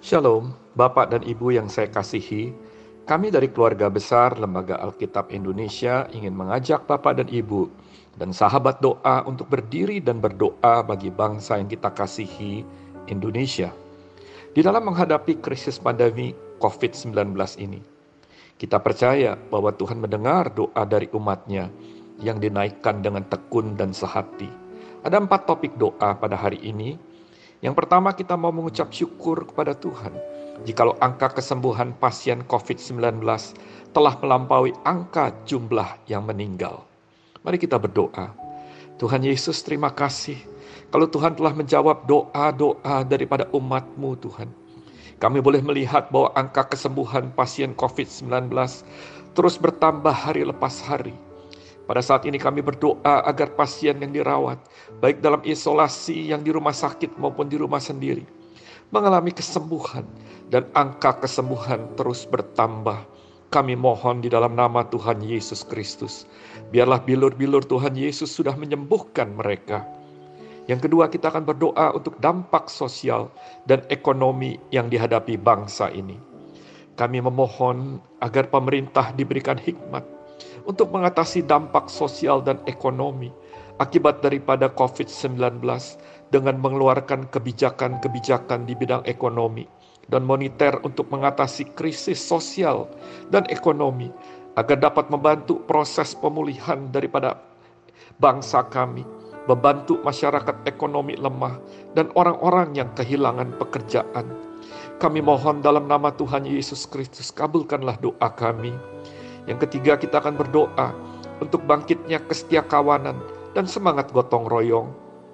Shalom, Bapak dan Ibu yang saya kasihi. Kami dari keluarga besar Lembaga Alkitab Indonesia ingin mengajak Bapak dan Ibu dan sahabat doa untuk berdiri dan berdoa bagi bangsa yang kita kasihi, Indonesia. Di dalam menghadapi krisis pandemi COVID-19 ini, kita percaya bahwa Tuhan mendengar doa dari umat-Nya yang dinaikkan dengan tekun dan sehati. Ada 4 topik doa pada hari ini. Yang pertama, kita mau mengucap syukur kepada Tuhan jikalau angka kesembuhan pasien COVID-19 telah melampaui angka jumlah yang meninggal. Mari kita berdoa. Tuhan Yesus, terima kasih kalau Tuhan telah menjawab doa-doa daripada umat-Mu, Tuhan. Kami boleh melihat bahwa angka kesembuhan pasien COVID-19 terus bertambah hari lepas hari. Pada saat ini kami berdoa agar pasien yang dirawat, baik dalam isolasi yang di rumah sakit maupun di rumah sendiri, mengalami kesembuhan dan angka kesembuhan terus bertambah. Kami mohon di dalam nama Tuhan Yesus Kristus, biarlah bilur-bilur Tuhan Yesus sudah menyembuhkan mereka. Yang kedua, kita akan berdoa untuk dampak sosial dan ekonomi yang dihadapi bangsa ini. Kami memohon agar pemerintah diberikan hikmat untuk mengatasi dampak sosial dan ekonomi akibat daripada COVID-19 dengan mengeluarkan kebijakan-kebijakan di bidang ekonomi dan moneter untuk mengatasi krisis sosial dan ekonomi agar dapat membantu proses pemulihan daripada bangsa kami, membantu masyarakat ekonomi lemah dan orang-orang yang kehilangan pekerjaan. Kami mohon dalam nama Tuhan Yesus Kristus, kabulkanlah doa kami. Yang ketiga, kita akan berdoa untuk bangkitnya kesetiakawanan dan semangat gotong royong.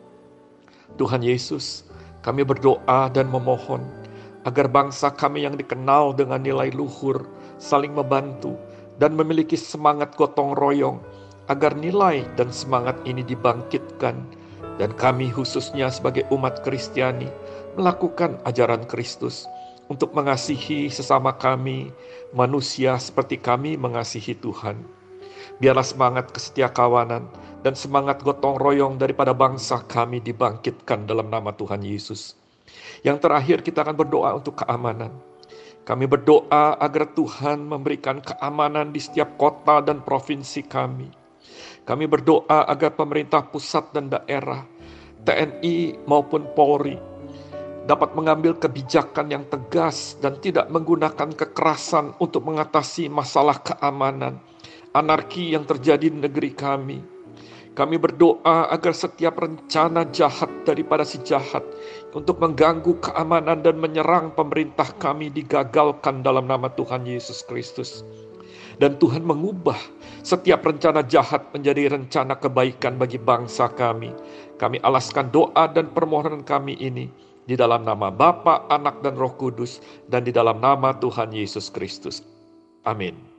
Tuhan Yesus, kami berdoa dan memohon agar bangsa kami yang dikenal dengan nilai luhur, saling membantu, dan memiliki semangat gotong royong, agar nilai dan semangat ini dibangkitkan, dan kami khususnya sebagai umat Kristiani melakukan ajaran Kristus untuk mengasihi sesama kami, manusia seperti kami mengasihi Tuhan. Biarlah semangat kesetiakawanan dan semangat gotong royong daripada bangsa kami dibangkitkan dalam nama Tuhan Yesus. Yang terakhir, kita akan berdoa untuk keamanan. Kami berdoa agar Tuhan memberikan keamanan di setiap kota dan provinsi kami. Kami berdoa agar pemerintah pusat dan daerah, TNI maupun Polri, dapat mengambil kebijakan yang tegas dan tidak menggunakan kekerasan untuk mengatasi masalah keamanan, anarki yang terjadi di negeri kami. Kami berdoa agar setiap rencana jahat daripada si jahat untuk mengganggu keamanan dan menyerang pemerintah kami digagalkan dalam nama Tuhan Yesus Kristus. Dan Tuhan mengubah setiap rencana jahat menjadi rencana kebaikan bagi bangsa kami. Kami alaskan doa dan permohonan kami ini di dalam nama Bapa, Anak, dan Roh Kudus, dan di dalam nama Tuhan Yesus Kristus. Amin.